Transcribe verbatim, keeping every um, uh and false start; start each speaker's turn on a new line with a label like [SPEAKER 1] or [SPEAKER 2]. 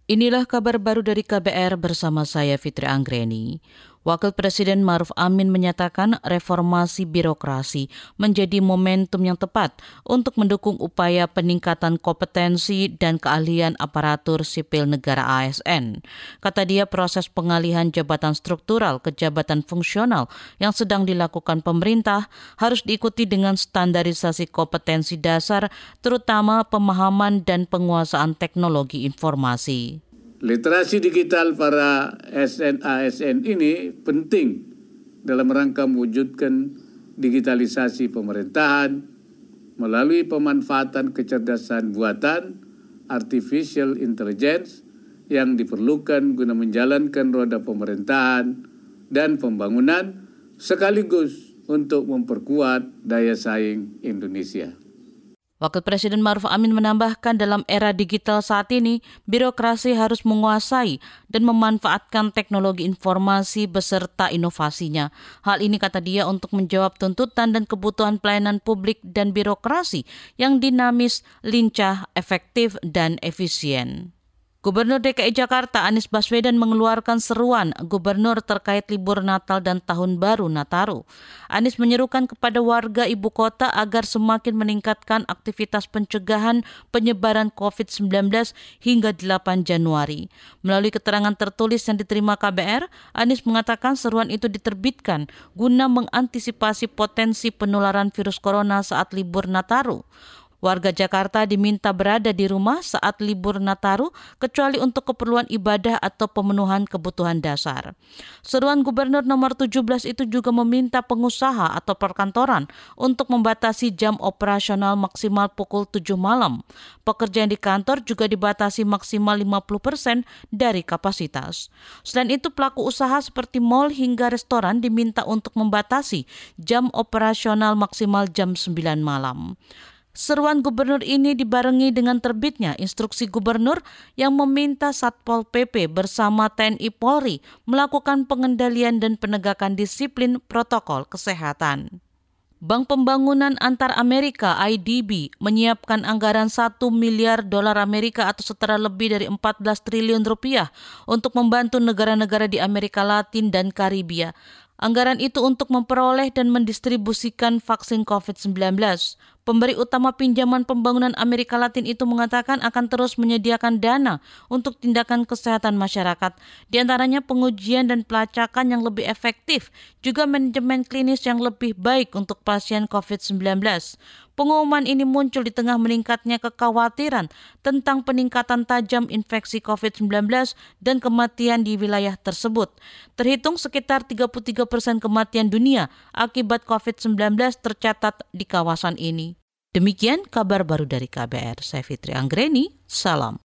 [SPEAKER 1] Inilah kabar baru dari K B R bersama saya Fitri Anggreni. Wakil Presiden Ma'ruf Amin menyatakan reformasi birokrasi menjadi momentum yang tepat untuk mendukung upaya peningkatan kompetensi dan keahlian aparatur sipil negara A S N. Kata dia, proses pengalihan jabatan struktural ke jabatan fungsional yang sedang dilakukan pemerintah harus diikuti dengan standarisasi kompetensi dasar, terutama pemahaman dan penguasaan teknologi informasi.
[SPEAKER 2] Literasi digital para S N A S N ini penting dalam rangka mewujudkan digitalisasi pemerintahan melalui pemanfaatan kecerdasan buatan artificial intelligence yang diperlukan guna menjalankan roda pemerintahan dan pembangunan sekaligus untuk memperkuat daya saing Indonesia.
[SPEAKER 1] Wakil Presiden Ma'ruf Amin menambahkan dalam era digital saat ini, birokrasi harus menguasai dan memanfaatkan teknologi informasi beserta inovasinya. Hal ini kata dia untuk menjawab tuntutan dan kebutuhan pelayanan publik dan birokrasi yang dinamis, lincah, efektif, dan efisien. Gubernur D K I Jakarta Anies Baswedan mengeluarkan seruan gubernur terkait libur Natal dan Tahun Baru Nataru. Anies menyerukan kepada warga ibu kota agar semakin meningkatkan aktivitas pencegahan penyebaran covid sembilan belas hingga delapan Januari. Melalui keterangan tertulis yang diterima K B R, Anies mengatakan seruan itu diterbitkan guna mengantisipasi potensi penularan virus corona saat libur Nataru. Warga Jakarta diminta berada di rumah saat libur Nataru kecuali untuk keperluan ibadah atau pemenuhan kebutuhan dasar. Seruan Gubernur nomor tujuh belas itu juga meminta pengusaha atau perkantoran untuk membatasi jam operasional maksimal pukul tujuh malam. Pekerjaan di kantor juga dibatasi maksimal lima puluh persen dari kapasitas. Selain itu, pelaku usaha seperti mal hingga restoran diminta untuk membatasi jam operasional maksimal jam sembilan malam. Seruan gubernur ini dibarengi dengan terbitnya instruksi gubernur yang meminta Satpol P P bersama T N I Polri melakukan pengendalian dan penegakan disiplin protokol kesehatan. Bank Pembangunan Antar Amerika I D B menyiapkan anggaran satu miliar dolar Amerika atau setara lebih dari empat belas triliun rupiah untuk membantu negara-negara di Amerika Latin dan Karibia. Anggaran itu untuk memperoleh dan mendistribusikan vaksin covid sembilan belas. Pemberi utama pinjaman pembangunan Amerika Latin itu mengatakan akan terus menyediakan dana untuk tindakan kesehatan masyarakat, di antaranya pengujian dan pelacakan yang lebih efektif, juga manajemen klinis yang lebih baik untuk pasien covid sembilan belas. Pengumuman ini muncul di tengah meningkatnya kekhawatiran tentang peningkatan tajam infeksi covid sembilan belas dan kematian di wilayah tersebut. Terhitung sekitar tiga puluh tiga persen kematian dunia akibat covid sembilan belas tercatat di kawasan ini. Demikian kabar baru dari K B R. Saya Fitri Anggreni, salam.